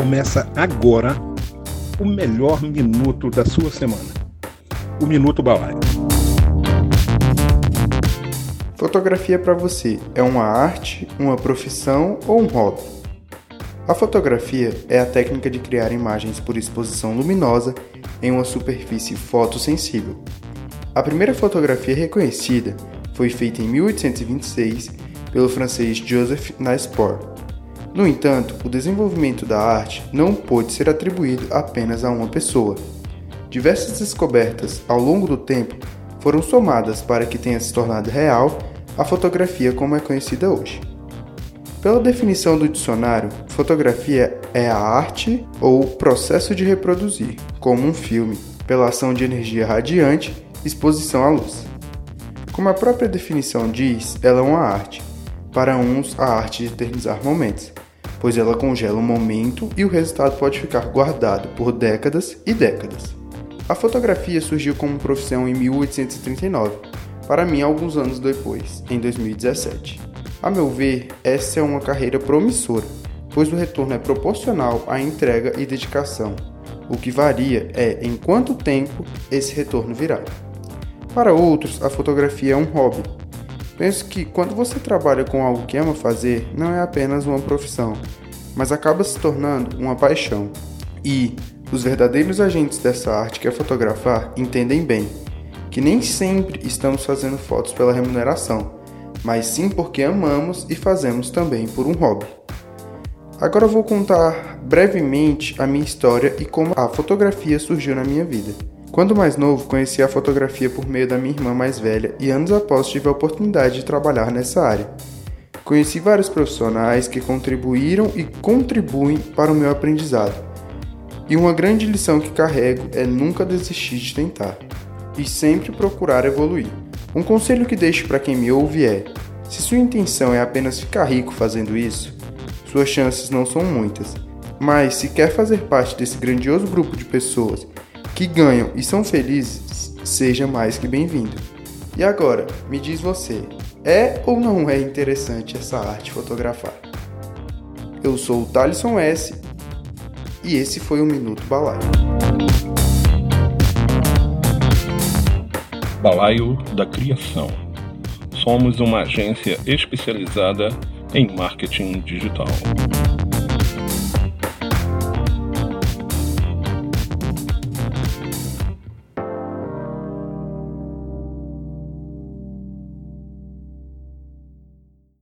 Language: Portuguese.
Começa agora o melhor minuto da sua semana. O Minuto Balaio. Fotografia para você é uma arte, uma profissão ou um hobby? A fotografia é a técnica de criar imagens por exposição luminosa em uma superfície fotossensível. A primeira fotografia reconhecida foi feita em 1826 pelo francês Joseph Naspers. No entanto, o desenvolvimento da arte não pôde ser atribuído apenas a uma pessoa. Diversas descobertas ao longo do tempo foram somadas para que tenha se tornado real a fotografia como é conhecida hoje. Pela definição do dicionário, fotografia é a arte ou processo de reproduzir, como um filme, pela ação de energia radiante, exposição à luz. Como a própria definição diz, ela é uma arte. Para uns, a arte de eternizar momentos, pois ela congela o momento e o resultado pode ficar guardado por décadas e décadas. A fotografia surgiu como profissão em 1839, para mim alguns anos depois, em 2017. A meu ver, essa é uma carreira promissora, pois o retorno é proporcional à entrega e dedicação. O que varia é em quanto tempo esse retorno virá. Para outros, a fotografia é um hobby. Penso que quando você trabalha com algo que ama fazer, não é apenas uma profissão, mas acaba se tornando uma paixão. E os verdadeiros agentes dessa arte que é fotografar entendem bem que nem sempre estamos fazendo fotos pela remuneração, mas sim porque amamos e fazemos também por um hobby. Agora vou contar brevemente a minha história e como a fotografia surgiu na minha vida. Quando mais novo, conheci a fotografia por meio da minha irmã mais velha e anos após tive a oportunidade de trabalhar nessa área. Conheci vários profissionais que contribuíram e contribuem para o meu aprendizado. E uma grande lição que carrego é nunca desistir de tentar e sempre procurar evoluir. Um conselho que deixo para quem me ouve é: se sua intenção é apenas ficar rico fazendo isso, suas chances não são muitas. Mas se quer fazer parte desse grandioso grupo de pessoas que ganham e são felizes, seja mais que bem-vindo. E agora, me diz você, é ou não é interessante essa arte fotografar? Eu sou o Thalisson S. e esse foi o Minuto Balaio. Balaio da Criação. Somos uma agência especializada em marketing digital.